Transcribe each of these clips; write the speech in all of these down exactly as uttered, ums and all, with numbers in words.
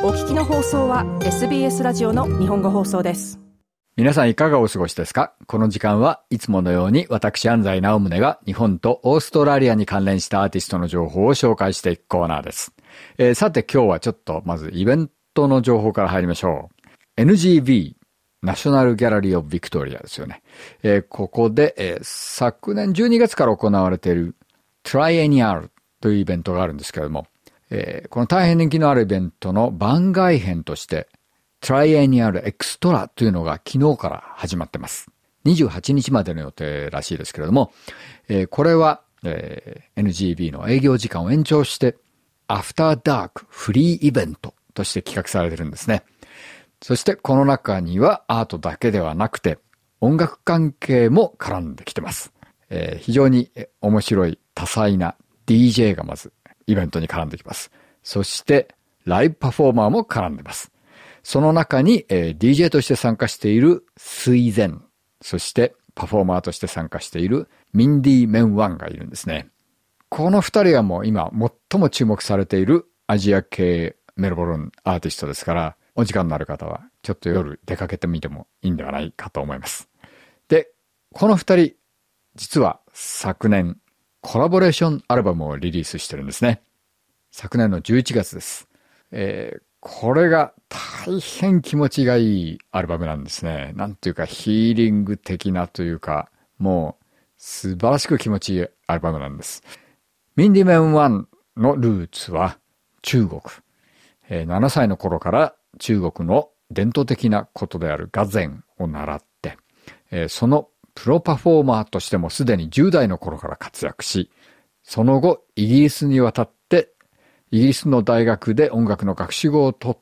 お聞きの放送は エスビーエス ラジオの日本語放送です。 皆さんいかがお過ごしですか？この時間はいつものように私安西直宗が日本とオーストラリアに関連したアーティストの情報を紹介していくコーナーです。えー、さて今日はちょっとまずイベントの情報から入りましょう。エヌジーブイ ナショナルギャラリーオブビクトリアですよね。えー、ここで、えー、昨年じゅうにがつから行われているトライエニアルというイベントがあるんですけれども、えー、この大変人気のあるイベントの番外編としてトライエニアルエクストラというのが昨日から始まってます。にじゅうはちにちまでの予定らしいですけれども、えー、これは、えー、エヌジービー の営業時間を延長してアフターダークフリーイベントとして企画されているんですね。そしてこの中にはアートだけではなくて音楽関係も絡んできてます。えー、非常に面白い多彩な ディージェー がまずイベントに絡んできます。そしてライブパフォーマーも絡んでます。その中に、えー、ディージェー として参加している水前、そしてパフォーマーとして参加しているミンディ・メンワンがいるんですね。この二人はもう今最も注目されているアジア系メルボルンアーティストですから、お時間のある方はちょっと夜出かけてみてもいいんではないかと思います。で、この二人、実は昨年コラボレーションアルバムをリリースしてるんですね。昨年のじゅういちがつです。えーこれが大変気持ちがいいアルバムなんですね。なんていうかヒーリング的なというか、もう素晴らしく気持ちいいアルバムなんです。ミンディ・メンワンのルーツは中国。えー、ななさいの頃から中国の伝統的なことであるガゼンを習って、えー、そのプロパフォーマーとしてもすでにじゅうだいの頃から活躍し、その後イギリスに渡ってイギリスの大学で音楽の学士号を取って、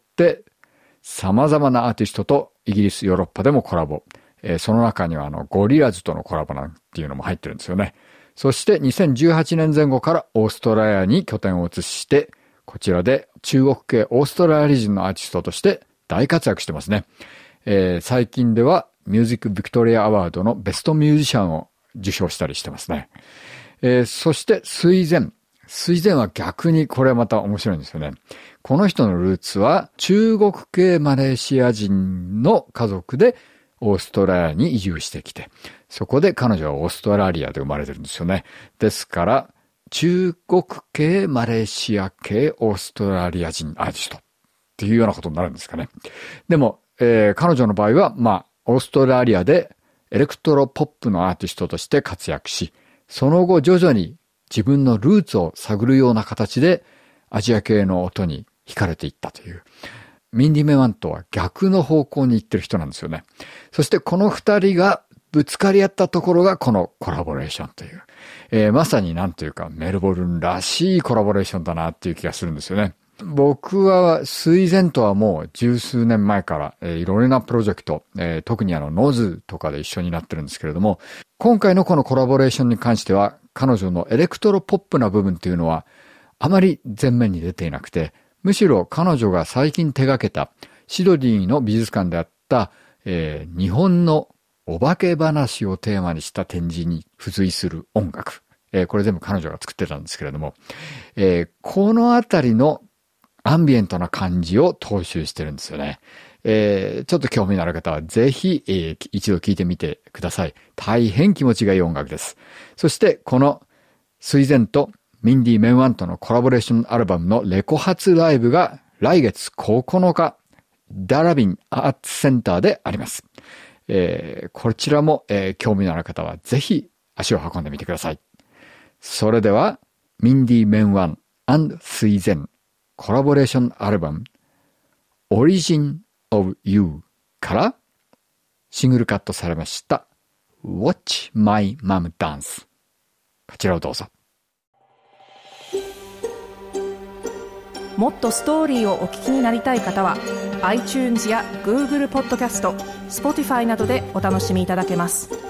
様々なアーティストとイギリス、ヨーロッパでもコラボ。えー、その中にはあのゴリラズとのコラボなんていうのも入ってるんですよね。そしてにせんじゅうはちねんぜん後からオーストラリアに拠点を移して、こちらで中国系オーストラリア人のアーティストとして大活躍してますね。えー、最近ではミュージックビクトリアアワードのベストミュージシャンを受賞したりしてますね。えー、そして水前。水前は逆にこれはまた面白いんですよね。この人のルーツは中国系マレーシア人の家族でオーストラリアに移住してきて、そこで彼女はオーストラリアで生まれてるんですよね。ですから中国系マレーシア系オーストラリア人アーティストっていうようなことになるんですかね。でも、えー、彼女の場合はまあオーストラリアでエレクトロポップのアーティストとして活躍し、その後徐々に自分のルーツを探るような形でアジア系の音に惹かれていったという。ミンディ・メワンとは逆の方向に行ってる人なんですよね。そしてこの二人がぶつかり合ったところがこのコラボレーションという。えー、まさになんというかメルボルンらしいコラボレーションだなっていう気がするんですよね。僕は水前とはもう十数年前から、えー、いろいろなプロジェクト、えー、特にあのノズとかで一緒になってるんですけれども、今回のこのコラボレーションに関しては彼女のエレクトロポップな部分っていうのはあまり前面に出ていなくて、むしろ彼女が最近手掛けたシドニーの美術館であった、えー、日本のお化け話をテーマにした展示に付随する音楽、えー、これ全部彼女が作ってたんですけれども、えー、このあたりのアンビエントな感じを踏襲してるんですよね。えー、ちょっと興味のある方はぜひ、えー、一度聴いてみてください。大変気持ちがいい音楽です。そしてこの水前とミンディ・メンワンとのコラボレーションアルバムのレコ発ライブが来月ここのかダラビンアーツセンターであります。えー、こちらも、えー、興味のある方はぜひ足を運んでみてください。それではミンディ・メンワン&水前コラボレーションアルバム Origin of You からシングルカットされました Watch My Mom Dance、 こちらをどうぞ。 もっとストーリーをお聞きになりたい方は iTunes や Google ポッドキャスト、Spotify などでお楽しみいただけます。